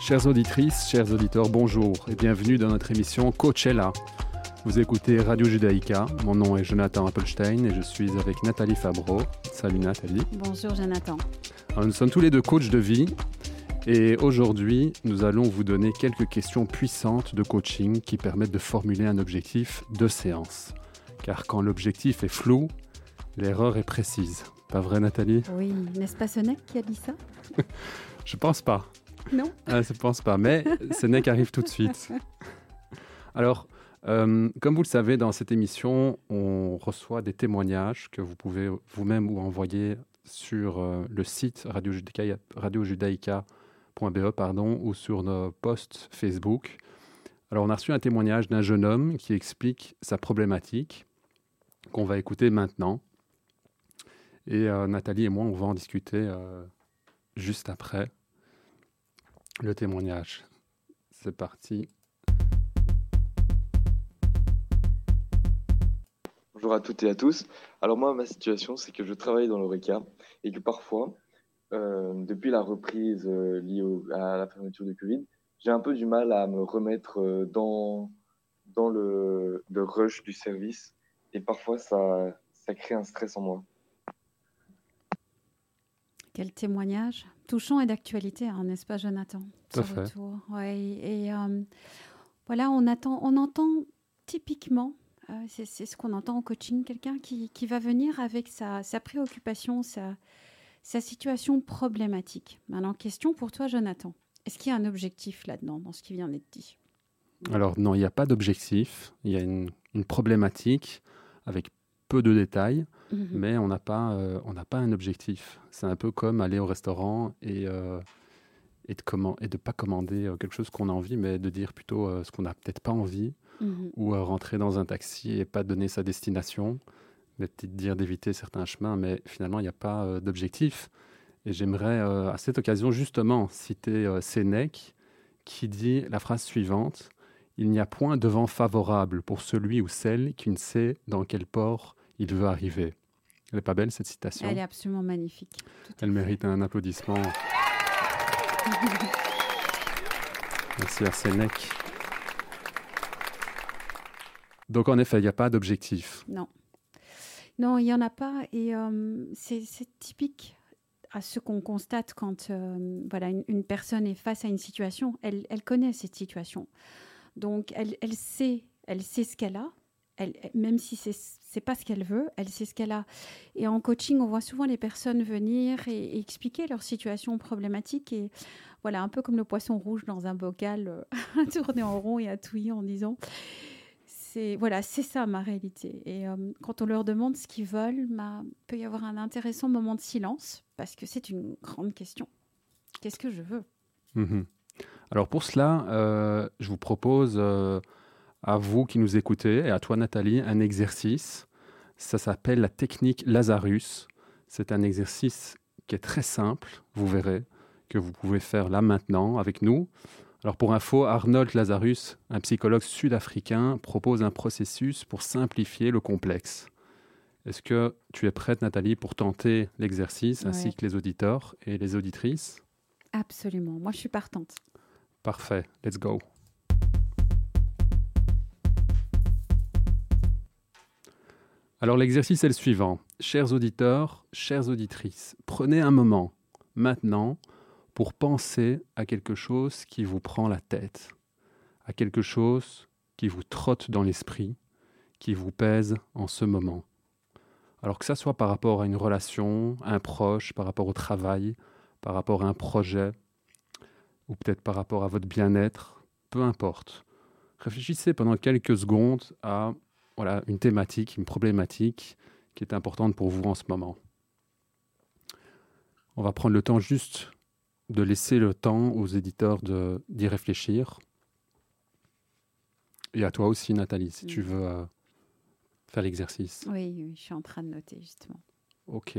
Chères auditrices, chers auditeurs, bonjour et bienvenue dans notre émission Coachella. Vous écoutez Radio Judaïka, mon nom est Jonathan Appelstein et je suis avec Nathalie Fabreau. Salut Nathalie. Bonjour Jonathan. Alors, nous sommes tous les deux coachs de vie et aujourd'hui nous allons vous donner quelques questions puissantes de coaching qui permettent de formuler un objectif de séance. Car quand l'objectif est flou, l'erreur est précise. Pas vrai Nathalie ? Oui, n'est-ce pas Sénèque qui a dit ça ? Je pense pas. Non ? Je pense pas, mais Sénèque arrive tout de suite. Alors, comme vous le savez, dans cette émission, on reçoit des témoignages que vous pouvez vous-même ou envoyer sur le site radiojudaïka.be ou sur nos posts Facebook. Alors, on a reçu un témoignage d'un jeune homme qui explique sa problématique qu'on va écouter maintenant. Et Nathalie et moi, on va en discuter juste après le témoignage. C'est parti. Bonjour à toutes et à tous. Alors moi, ma situation, c'est que je travaille dans l'ORECA et que parfois, depuis la reprise liée à la fermeture du Covid, j'ai un peu du mal à me remettre dans le rush du service et parfois ça crée un stress en moi. Quel témoignage touchant et d'actualité, hein, n'est-ce pas Jonathan ? Tout à fait. Oui, et voilà, on entend typiquement, c'est ce qu'on entend en coaching, quelqu'un qui va venir avec sa préoccupation, sa situation problématique. Maintenant, question pour toi Jonathan, est-ce qu'il y a un objectif là-dedans, dans ce qui vient d'être dit ? Alors non, il n'y a pas d'objectif. Il y a une problématique avec peu de détails, mais on n'a pas un objectif. C'est un peu comme aller au restaurant et de pas commander quelque chose qu'on a envie, mais de dire plutôt ce qu'on n'a peut-être pas envie, ou rentrer dans un taxi et pas donner sa destination, mais peut-être dire d'éviter certains chemins, mais finalement il n'y a pas d'objectif. Et j'aimerais à cette occasion justement citer Sénèque qui dit la phrase suivante: il n'y a point de vent favorable pour celui ou celle qui ne sait dans quel port il veut arriver. Elle n'est pas belle cette citation ? Elle est absolument magnifique. Elle mérite un applaudissement. Merci à Sénèque. Donc en effet, il n'y a pas d'objectif. Non, il n'y en a pas. Et c'est typique à ce qu'on constate quand une personne est face à une situation. Elle connaît cette situation. Donc elle sait ce qu'elle a. Même si c'est pas ce qu'elle veut, elle sait ce qu'elle a. Et en coaching, on voit souvent les personnes venir et expliquer leur situation problématique. Et voilà, un peu comme le poisson rouge dans un bocal, à tourner en rond et à touiller en disant... c'est ça ma réalité. Et quand on leur demande ce qu'ils veulent, peut y avoir un intéressant moment de silence, parce que c'est une grande question. Qu'est-ce que je veux ? Alors pour cela, je vous propose... à vous qui nous écoutez et à toi Nathalie, un exercice. Ça s'appelle la technique Lazarus. C'est un exercice qui est très simple, vous verrez, que vous pouvez faire là maintenant avec nous. Alors pour info, Arnold Lazarus, un psychologue sud-africain, propose un processus pour simplifier le complexe. Est-ce que tu es prête Nathalie pour tenter l'exercice ainsi que les auditeurs et les auditrices ? Absolument, moi je suis partante. Parfait, let's go. Alors l'exercice est le suivant. Chers auditeurs, chères auditrices, prenez un moment, maintenant, pour penser à quelque chose qui vous prend la tête, à quelque chose qui vous trotte dans l'esprit, qui vous pèse en ce moment. Alors que ça soit par rapport à une relation, à un proche, par rapport au travail, par rapport à un projet, ou peut-être par rapport à votre bien-être, peu importe. Réfléchissez pendant quelques secondes à une thématique, une problématique qui est importante pour vous en ce moment. On va prendre le temps juste de laisser le temps aux éditeurs d'y réfléchir. Et à toi aussi, Nathalie, si tu veux faire l'exercice. Oui, je suis en train de noter, justement. Ok.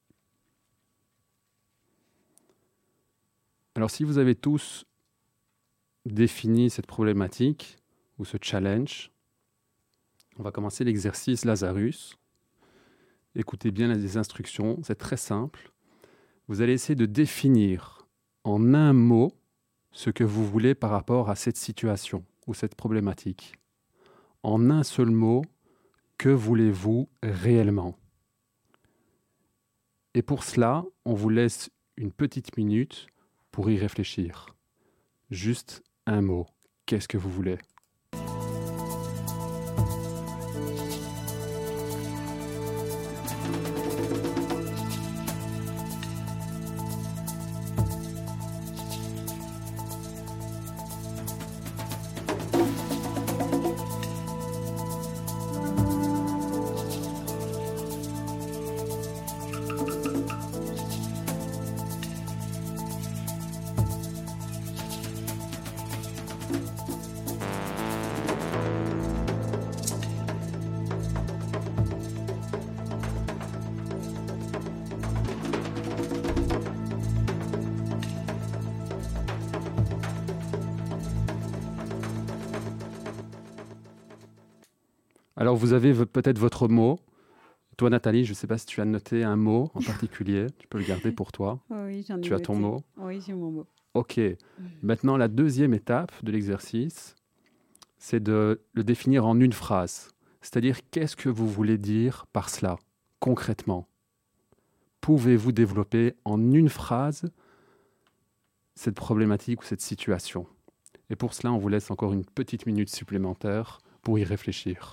Alors, si vous avez tous défini cette problématique ou ce challenge, on va commencer l'exercice Lazarus. Écoutez bien les instructions, c'est très simple. Vous allez essayer de définir en un mot ce que vous voulez par rapport à cette situation ou cette problématique. En un seul mot, que voulez-vous réellement ? Et pour cela, on vous laisse une petite minute pour y réfléchir. Juste un mot. Qu'est-ce que vous voulez ? Alors, vous avez peut-être votre mot. Toi, Nathalie, je ne sais pas si tu as noté un mot en particulier. Tu peux le garder pour toi. Oui, j'en ai Tu as ton mot ? Oui, j'ai mon mot. OK. Maintenant, la deuxième étape de l'exercice, c'est de le définir en une phrase. C'est-à-dire, qu'est-ce que vous voulez dire par cela, concrètement ? Pouvez-vous développer en une phrase cette problématique ou cette situation ? Et pour cela, on vous laisse encore une petite minute supplémentaire pour y réfléchir.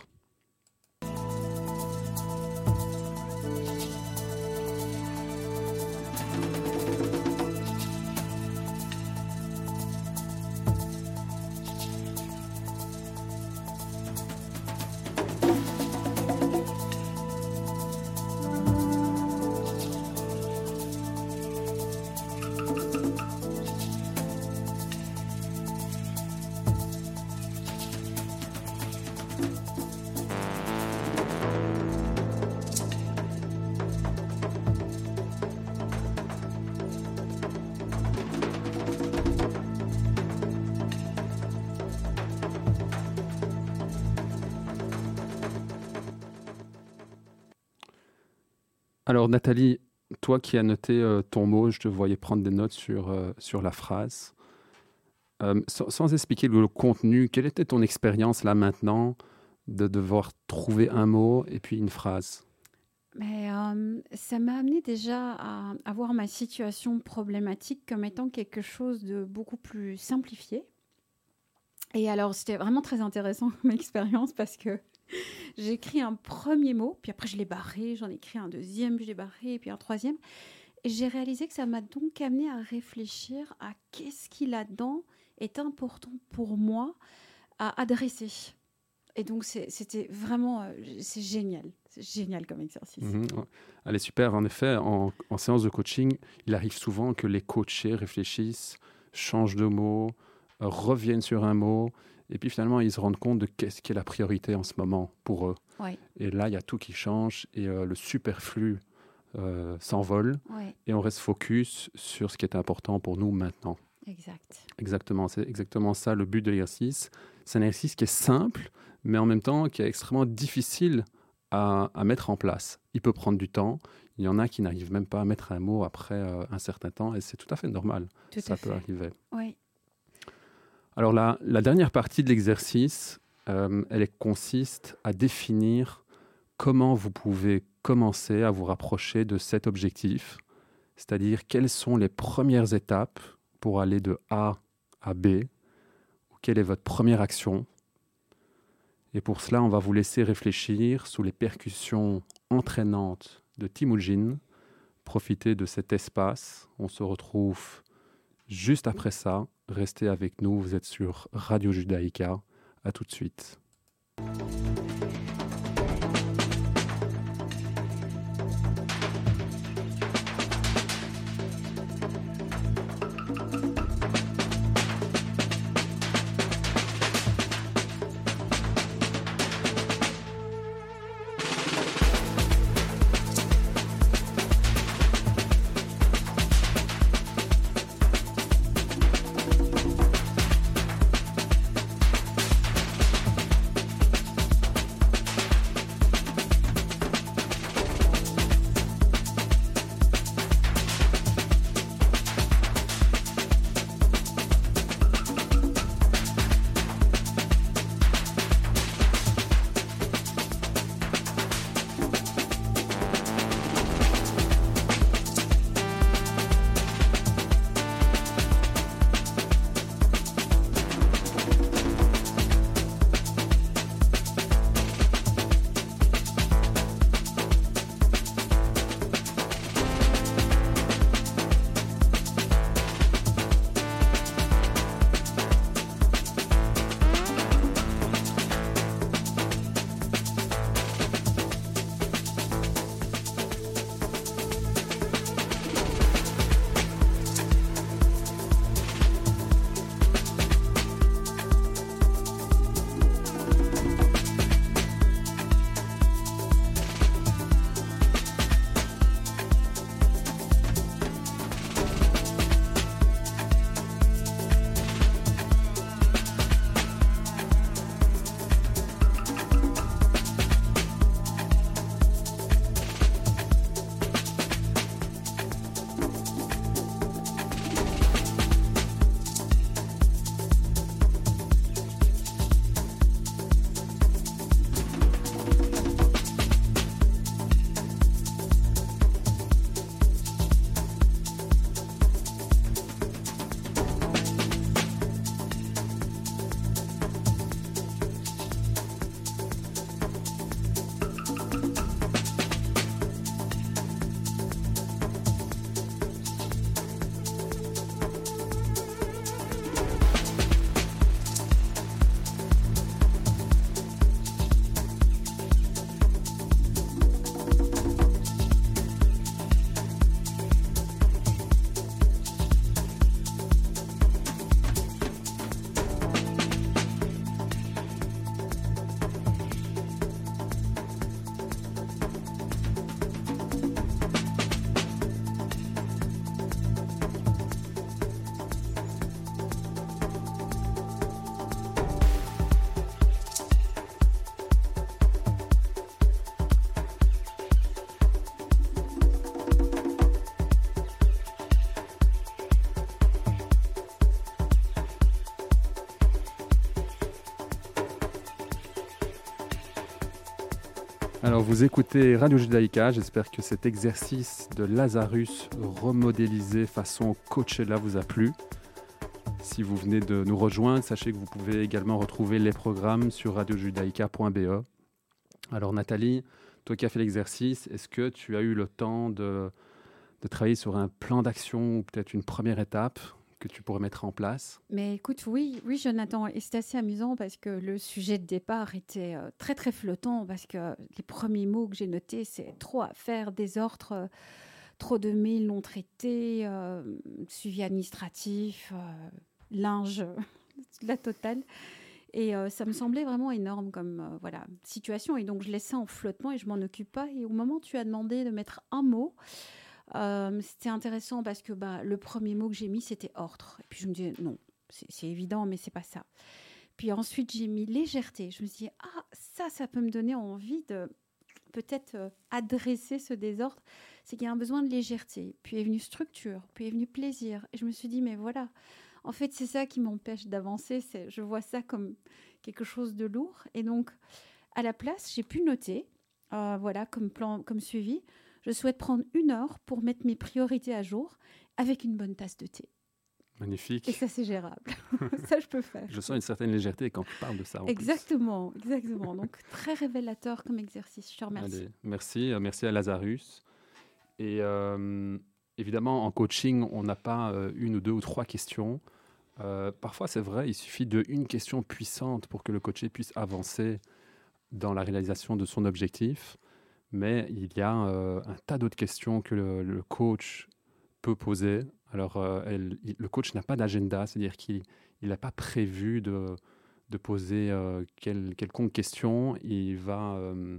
Alors Nathalie, toi qui as noté ton mot, je te voyais prendre des notes sur la phrase. Sans expliquer le contenu, quelle était ton expérience là maintenant de devoir trouver un mot et puis une phrase ? Mais ça m'a amené déjà à voir ma situation problématique comme étant quelque chose de beaucoup plus simplifié. Et alors, c'était vraiment très intéressant comme expérience parce que j'ai écrit un premier mot, puis après je l'ai barré, j'en ai écrit un deuxième, puis je l'ai barré, et puis un troisième. Et j'ai réalisé que ça m'a donc amené à réfléchir à qu'est-ce qui là-dedans est important pour moi à adresser. Et donc, c'était vraiment... c'est génial comme exercice. Elle est super. En effet, en séance de coaching, il arrive souvent que les coachés réfléchissent, changent de mot, reviennent sur un mot, et puis finalement, ils se rendent compte de qu'est-ce qui est la priorité en ce moment pour eux. Ouais. Et là, il y a tout qui change, et le superflu s'envole, et on reste focus sur ce qui est important pour nous maintenant. Exact. Exactement, c'est exactement ça le but de l'exercice. C'est un exercice qui est simple, mais en même temps qui est extrêmement difficile à mettre en place. Il peut prendre du temps. Il y en a qui n'arrivent même pas à mettre un mot après un certain temps, et c'est tout à fait normal. Ça peut arriver. Oui. Alors la dernière partie de l'exercice, elle consiste à définir comment vous pouvez commencer à vous rapprocher de cet objectif, c'est-à-dire quelles sont les premières étapes pour aller de A à B, ou quelle est votre première action. Et pour cela, on va vous laisser réfléchir sous les percussions entraînantes de Temujin. Profitez de cet espace. On se retrouve juste après ça. Restez avec nous. Vous êtes sur Radio Judaïka. À tout de suite. Alors, vous écoutez Radio Judaïka. J'espère que cet exercice de Lazarus remodélisé façon Coachella vous a plu. Si vous venez de nous rejoindre, sachez que vous pouvez également retrouver les programmes sur radiojudaïka.be. Alors, Nathalie, toi qui as fait l'exercice, est-ce que tu as eu le temps de travailler sur un plan d'action ou peut-être une première étape que tu pourrais mettre en place? Mais écoute, oui, Jonathan, et c'est assez amusant parce que le sujet de départ était très, très flottant parce que les premiers mots que j'ai notés, c'est trop à faire, désordre, trop de mails non traités, suivi administratif, linge, la totale. Et ça me semblait vraiment énorme comme situation. Et donc, je laisse ça en flottement et je m'en occupe pas. Et au moment où tu as demandé de mettre un mot, c'était intéressant parce que le premier mot que j'ai mis, c'était ordre. Et puis je me disais, non, c'est évident, mais c'est pas ça. Puis ensuite, j'ai mis légèreté. Je me suis dit, ça peut me donner envie de peut-être adresser ce désordre. C'est qu'il y a un besoin de légèreté. Puis est venue structure, puis est venu plaisir. Et je me suis dit, mais voilà, en fait, c'est ça qui m'empêche d'avancer. Je vois ça comme quelque chose de lourd. Et donc, à la place, j'ai pu noter, comme plan, comme suivi, je souhaite prendre 1 heure pour mettre mes priorités à jour avec une bonne tasse de thé. Magnifique. Et ça, c'est gérable. Ça, je peux faire. Je sens une certaine légèreté quand tu parles de ça. Exactement. Donc, très révélateur comme exercice. Je te remercie. Allez, merci à Lazarus. Et évidemment, en coaching, on n'a pas 1 ou 2 ou 3 questions. Parfois, c'est vrai, il suffit d'une question puissante pour que le coaché puisse avancer dans la réalisation de son objectif. Mais il y a un tas d'autres questions que le coach peut poser. Alors, le coach n'a pas d'agenda, c'est-à-dire qu'il n'a pas prévu de poser quelconque question. Il va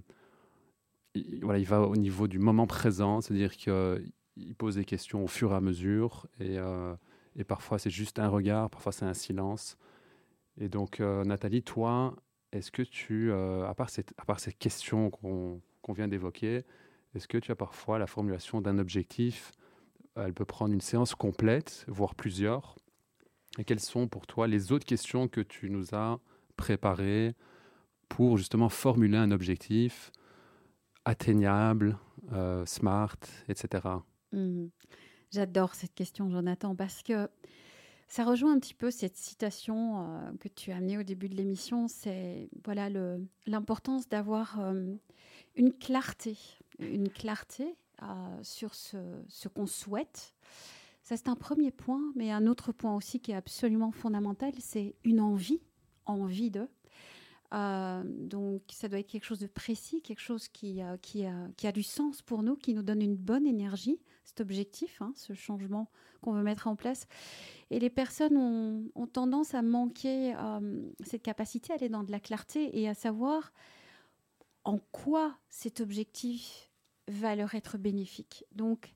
au niveau du moment présent, c'est-à-dire qu'il pose des questions au fur et à mesure. Et parfois, c'est juste un regard, parfois, c'est un silence. Et donc, Nathalie, toi, est-ce que tu, à part ces questions qu'on vient d'évoquer, est-ce que tu as parfois la formulation d'un objectif? Elle peut prendre une séance complète, voire plusieurs. Et quelles sont pour toi les autres questions que tu nous as préparées pour justement formuler un objectif atteignable, smart, etc. J'adore cette question, Jonathan, parce que ça rejoint un petit peu cette citation que tu as amenée au début de l'émission. C'est l'importance d'avoir une clarté sur ce qu'on souhaite. Ça, c'est un premier point, mais un autre point aussi qui est absolument fondamental, c'est une envie de. Donc, ça doit être quelque chose de précis, quelque chose qui a du sens pour nous, qui nous donne une bonne énergie, cet objectif, ce changement qu'on veut mettre en place. Et les personnes ont tendance à manquer cette capacité à aller dans de la clarté et à savoir en quoi cet objectif va leur être bénéfique. Donc,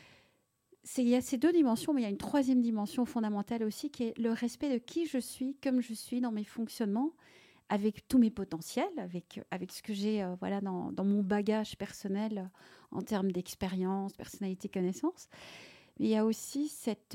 il y a ces 2 dimensions, mais il y a une 3e dimension fondamentale aussi, qui est le respect de qui je suis, comme je suis dans mes fonctionnements, avec tous mes potentiels, avec ce que j'ai dans mon bagage personnel en termes d'expérience, personnalité, connaissance. Mais il y a aussi cette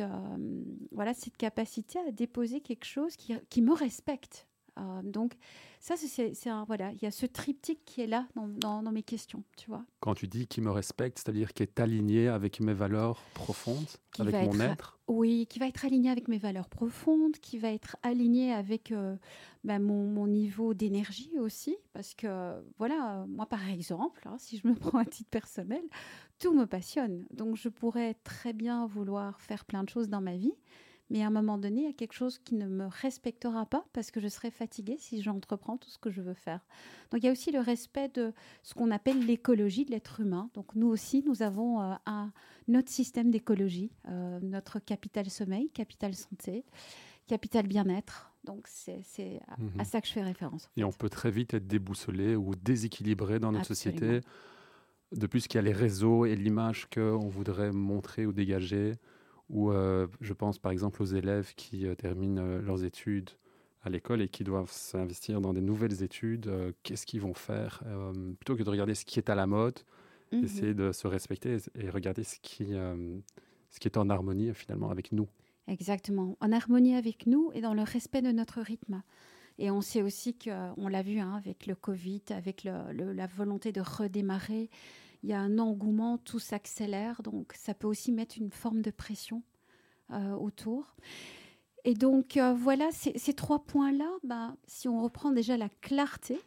capacité à déposer quelque chose qui me respecte. Donc, ça, il y a ce triptyque qui est là dans mes questions, tu vois. Quand tu dis qui me respecte, c'est-à-dire qui est aligné avec mes valeurs profondes, avec mon être? Oui, qui va être aligné avec mes valeurs profondes, qui va être aligné avec mon niveau d'énergie aussi. Parce que, moi, par exemple, si je me prends à titre personnel, tout me passionne. Donc, je pourrais très bien vouloir faire plein de choses dans ma vie. Mais à un moment donné, il y a quelque chose qui ne me respectera pas parce que je serai fatiguée si j'entreprends tout ce que je veux faire. Donc, il y a aussi le respect de ce qu'on appelle l'écologie de l'être humain. Donc, nous aussi, nous avons notre système d'écologie, notre capital sommeil, capital santé, capital bien-être. Donc, c'est à ça que je fais référence. En fait. Et on peut très vite être déboussolé ou déséquilibré dans notre société. De plus qu'il y a les réseaux et l'image qu'on voudrait montrer ou dégager. Ou je pense par exemple aux élèves qui terminent leurs études à l'école et qui doivent s'investir dans des nouvelles études. Qu'est-ce qu'ils vont faire? Plutôt que de regarder ce qui est à la mode, essayer de se respecter et regarder ce qui est en harmonie finalement avec nous. Exactement, en harmonie avec nous et dans le respect de notre rythme. Et on sait aussi on l'a vu avec le Covid, avec la volonté de redémarrer, il y a un engouement, tout s'accélère, donc ça peut aussi mettre une forme de pression autour. Et donc voilà, ces 3 points-là, si on reprend déjà la clarté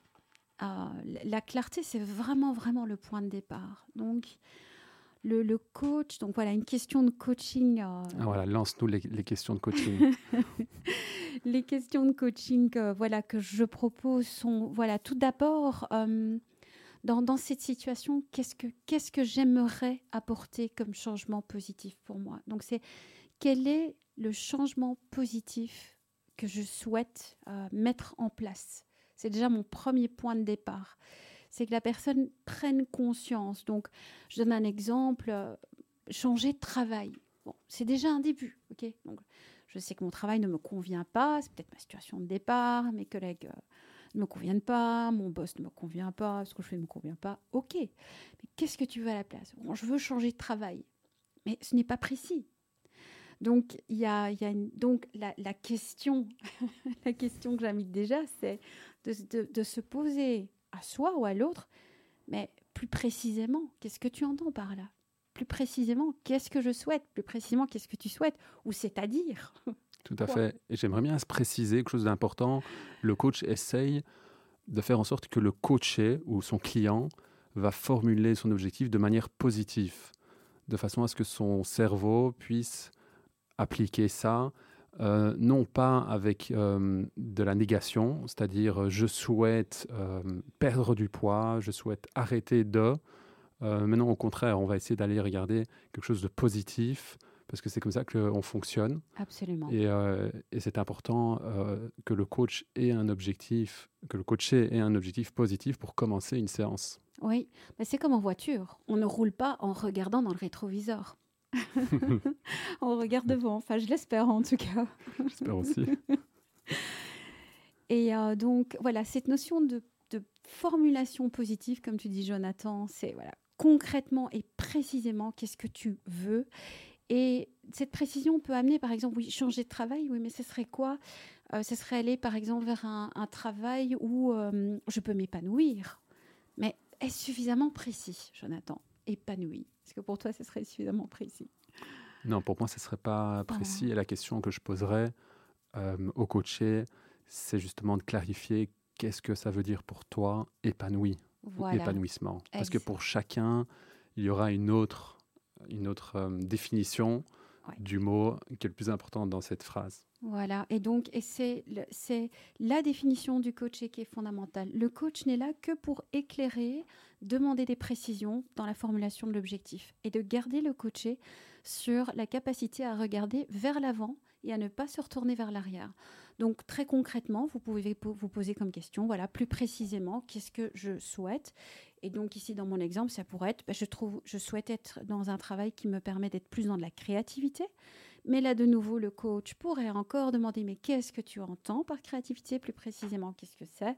c'est vraiment, vraiment le point de départ. Donc le coach, donc voilà, une question de coaching. Voilà, lance-nous les questions de coaching. Les questions de coaching que je propose sont, voilà, tout d'abord, dans cette situation, qu'est-ce que j'aimerais apporter comme changement positif pour moi? Donc, quel est le changement positif que je souhaite mettre en place? C'est déjà mon premier point de départ. C'est que la personne prenne conscience. Donc, je donne un exemple, changer de travail. Bon, c'est déjà un début, ok? Donc, je sais que mon travail ne me convient pas, c'est peut-être ma situation de départ, mes collègues ne me conviennent pas, mon boss ne me convient pas, ce que je fais ne me convient pas, ok. Mais qu'est-ce que tu veux à la place? Bon, je veux changer de travail, mais ce n'est pas précis. Donc, donc la question, la question que j'invite déjà, c'est de se poser à soi ou à l'autre, mais plus précisément, qu'est-ce que tu entends par là? Plus précisément, qu'est-ce que je souhaite? Plus précisément, qu'est-ce que tu souhaites? Ou c'est-à-dire? Tout à fait. Et j'aimerais bien se préciser quelque chose d'important. Le coach essaye de faire en sorte que le coaché ou son client va formuler son objectif de manière positive, de façon à ce que son cerveau puisse appliquer ça, non pas avec de la négation, c'est-à-dire je souhaite perdre du poids, je souhaite arrêter mais non, au contraire, on va essayer d'aller regarder quelque chose de positif, parce que c'est comme ça qu'on fonctionne. Absolument. Et c'est important que le coach ait un objectif, que le coaché ait un objectif positif pour commencer une séance. Oui, mais c'est comme en voiture. On ne roule pas en regardant dans le rétroviseur. On regarde devant. Enfin, je l'espère en tout cas. J'espère aussi. Et donc, voilà, cette notion de formulation positive, comme tu dis, Jonathan, c'est voilà, concrètement et précisément, qu'est-ce que tu veux? Et cette précision peut amener, par exemple, oui, changer de travail, oui, mais ce serait quoi? Ce serait aller, par exemple, vers un travail où je peux m'épanouir. Mais est-ce suffisamment précis, Jonathan? Épanoui. Est-ce que pour toi, ce serait suffisamment précis? Non, pour moi, ce ne serait pas précis. Et la question que je poserais au coaché, c'est justement de clarifier qu'est-ce que ça veut dire pour toi, épanoui, voilà. Épanouissement. Parce que pour chacun, il y aura une autre définition du mot qui est le plus important dans cette phrase. Voilà, et donc c'est la définition du coach qui est fondamentale. Le coach n'est là que pour éclairer, demander des précisions dans la formulation de l'objectif et de garder le coaché sur la capacité à regarder vers l'avant et à ne pas se retourner vers l'arrière. Donc très concrètement, vous pouvez vous poser comme question, voilà, plus précisément, qu'est-ce que je souhaite? Et donc ici, dans mon exemple, ça pourrait être, je souhaite être dans un travail qui me permet d'être plus dans de la créativité. Mais là, de nouveau, le coach pourrait encore demander, mais qu'est-ce que tu entends par créativité? Plus précisément, qu'est-ce que c'est?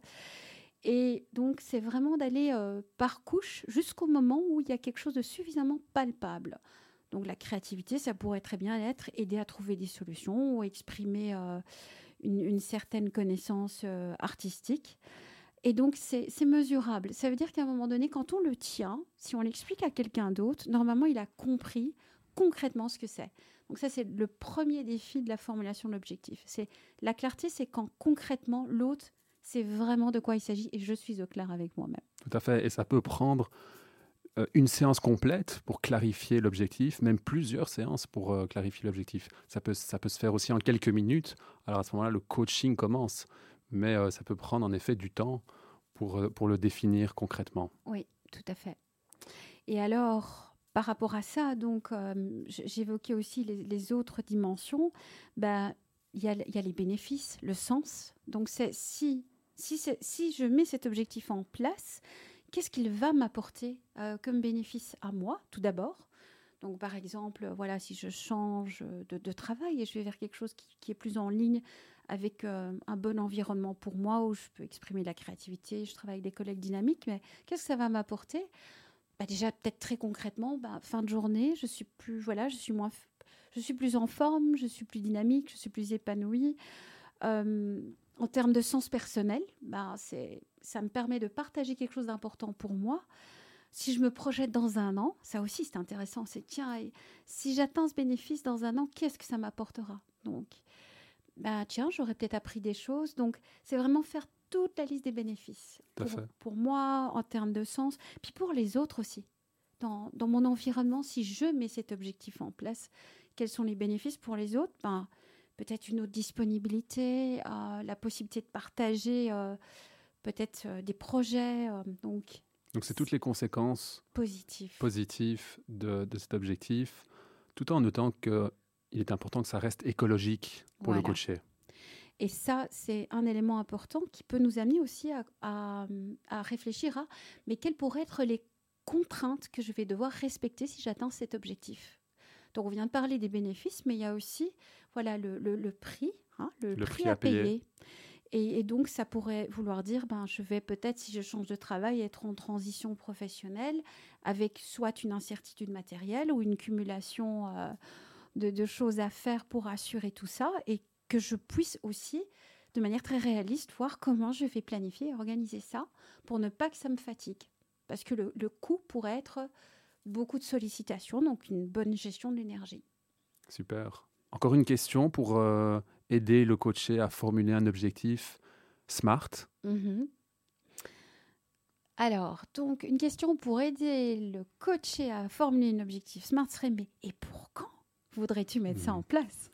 Et donc, c'est vraiment d'aller par couche jusqu'au moment où il y a quelque chose de suffisamment palpable. Donc, la créativité, ça pourrait très bien être aider à trouver des solutions ou exprimer une certaine connaissance artistique. Et donc, c'est mesurable. Ça veut dire qu'à un moment donné, quand on le tient, si on l'explique à quelqu'un d'autre, normalement, il a compris concrètement ce que c'est. Donc ça, c'est le premier défi de la formulation de l'objectif. La clarté, c'est quand concrètement, l'autre sait vraiment de quoi il s'agit et je suis au clair avec moi-même. Tout à fait. Et ça peut prendre une séance complète pour clarifier l'objectif, même plusieurs séances pour clarifier l'objectif. Ça peut se faire aussi en quelques minutes. Alors à ce moment-là, le coaching commence. Mais ça peut prendre en effet du temps pour le définir concrètement. Oui, tout à fait. Et alors, par rapport à ça, donc, j'évoquais aussi les autres dimensions. Il y a les bénéfices, le sens. Donc, si je mets cet objectif en place, qu'est-ce qu'il va m'apporter comme bénéfice à moi, tout d'abord? Donc, par exemple, voilà, si je change de travail et je vais vers quelque chose qui est plus en ligne avec un bon environnement pour moi, où je peux exprimer la créativité, je travaille avec des collègues dynamiques, mais qu'est-ce que ça va m'apporter? Déjà, peut-être très concrètement, fin de journée, je suis plus en forme, je suis plus dynamique, je suis plus épanouie. En termes de sens personnel, ça me permet de partager quelque chose d'important pour moi. Si je me projette dans un an, ça aussi c'est intéressant, c'est tiens, si j'atteins ce bénéfice dans un an, qu'est-ce que ça m'apportera? Donc, tiens, j'aurais peut-être appris des choses. Donc, c'est vraiment faire toute la liste des bénéfices. Pour moi, en termes de sens, puis pour les autres aussi. Dans mon environnement, si je mets cet objectif en place, quels sont les bénéfices pour les autres? Peut-être une autre disponibilité, la possibilité de partager peut-être des projets. Donc, c'est toutes les conséquences positives de cet objectif, tout en notant qu'il est important que ça reste écologique pour le coaché. Et ça, c'est un élément important qui peut nous amener aussi à réfléchir à mais quelles pourraient être les contraintes que je vais devoir respecter si j'atteins cet objectif. Donc, on vient de parler des bénéfices, mais il y a aussi le prix, le prix à payer. Et donc, ça pourrait vouloir dire, je vais peut-être, si je change de travail, être en transition professionnelle avec soit une incertitude matérielle ou une cumulation de choses à faire pour assurer tout ça et que je puisse aussi, de manière très réaliste, voir comment je vais planifier et organiser ça pour ne pas que ça me fatigue. Parce que le coût pourrait être beaucoup de sollicitations, donc une bonne gestion de l'énergie. Super. Encore une question pour aider le coaché à formuler un objectif SMART. Alors, donc, une question pour aider le coaché à formuler un objectif SMART serait, mais et pour quand voudrais-tu mettre ça en place?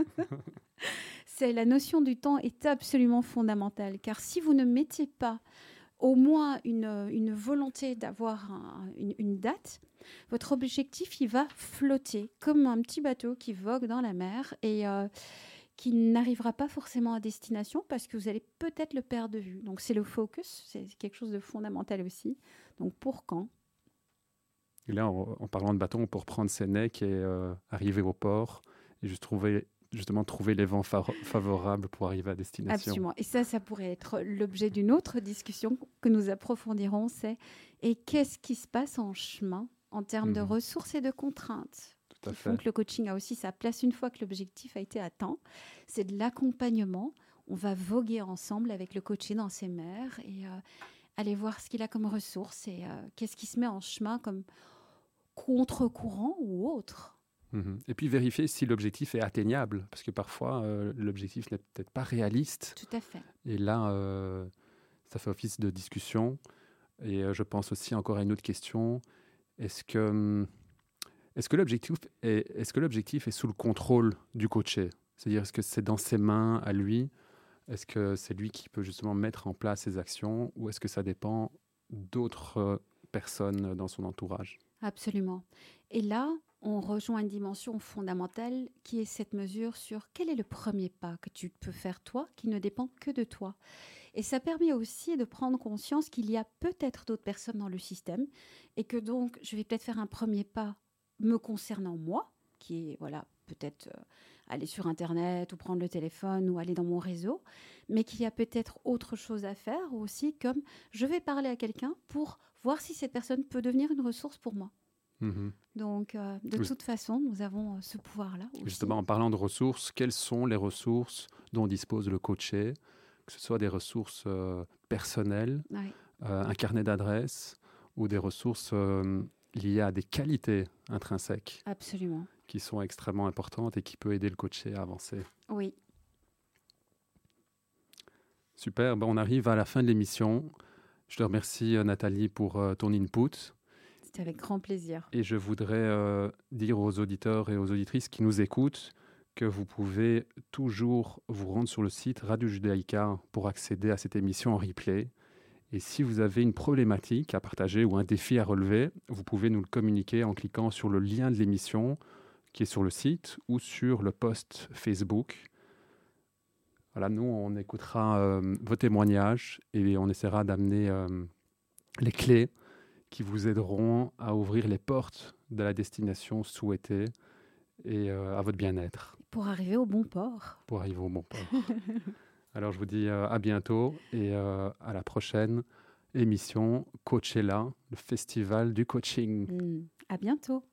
La notion du temps est absolument fondamentale, car si vous ne mettez pas au moins une volonté d'avoir une date, votre objectif, il va flotter comme un petit bateau qui vogue dans la mer et qui n'arrivera pas forcément à destination parce que vous allez peut-être le perdre de vue. Donc, c'est le focus, c'est quelque chose de fondamental aussi. Donc, pour quand? Et là, en parlant de bateau, on peut reprendre Sénèque et arriver au port et trouver les vents favorables pour arriver à destination. Absolument. Et ça pourrait être l'objet d'une autre discussion que nous approfondirons, c'est et qu'est-ce qui se passe en chemin en termes de ressources et de contraintes qui font que le coaching a aussi sa place une fois que l'objectif a été atteint. C'est de l'accompagnement. On va voguer ensemble avec le coaché dans ces mers et aller voir ce qu'il a comme ressources et qu'est-ce qui se met en chemin comme contre-courant ou autre. Et puis vérifier si l'objectif est atteignable, parce que parfois l'objectif n'est peut-être pas réaliste. Tout à fait. Et là, ça fait office de discussion. Et je pense aussi encore à une autre question. Est-ce que l'objectif est sous le contrôle du coaché? C'est-à-dire, est-ce que c'est dans ses mains à lui? Est-ce que c'est lui qui peut justement mettre en place ses actions? Ou est-ce que ça dépend d'autres personnes dans son entourage? Absolument. Et là, on rejoint une dimension fondamentale qui est cette mesure sur quel est le premier pas que tu peux faire toi qui ne dépend que de toi. Et ça permet aussi de prendre conscience qu'il y a peut-être d'autres personnes dans le système et que donc je vais peut-être faire un premier pas me concernant moi, qui est peut-être aller sur Internet ou prendre le téléphone ou aller dans mon réseau, mais qu'il y a peut-être autre chose à faire aussi, comme je vais parler à quelqu'un pour voir si cette personne peut devenir une ressource pour moi. Donc, de toute façon, nous avons ce pouvoir-là aussi. Justement, en parlant de ressources, quelles sont les ressources dont dispose le coaché? Que ce soit des ressources personnelles, un carnet d'adresses ou des ressources liées à des qualités intrinsèques. Absolument. Qui sont extrêmement importantes et qui peuvent aider le coaché à avancer. Oui. Super, on arrive à la fin de l'émission. Je te remercie Nathalie pour ton input. C'était avec grand plaisir. Et je voudrais dire aux auditeurs et aux auditrices qui nous écoutent que vous pouvez toujours vous rendre sur le site Radio Judaïka pour accéder à cette émission en replay. Et si vous avez une problématique à partager ou un défi à relever, vous pouvez nous le communiquer en cliquant sur le lien de l'émission qui est sur le site ou sur le post Facebook. Voilà, nous, on écoutera vos témoignages et on essaiera d'amener les clés qui vous aideront à ouvrir les portes de la destination souhaitée et à votre bien-être. Pour arriver au bon port. Pour arriver au bon port. Alors, je vous dis à bientôt et à la prochaine émission Coachella, le festival du coaching. À bientôt.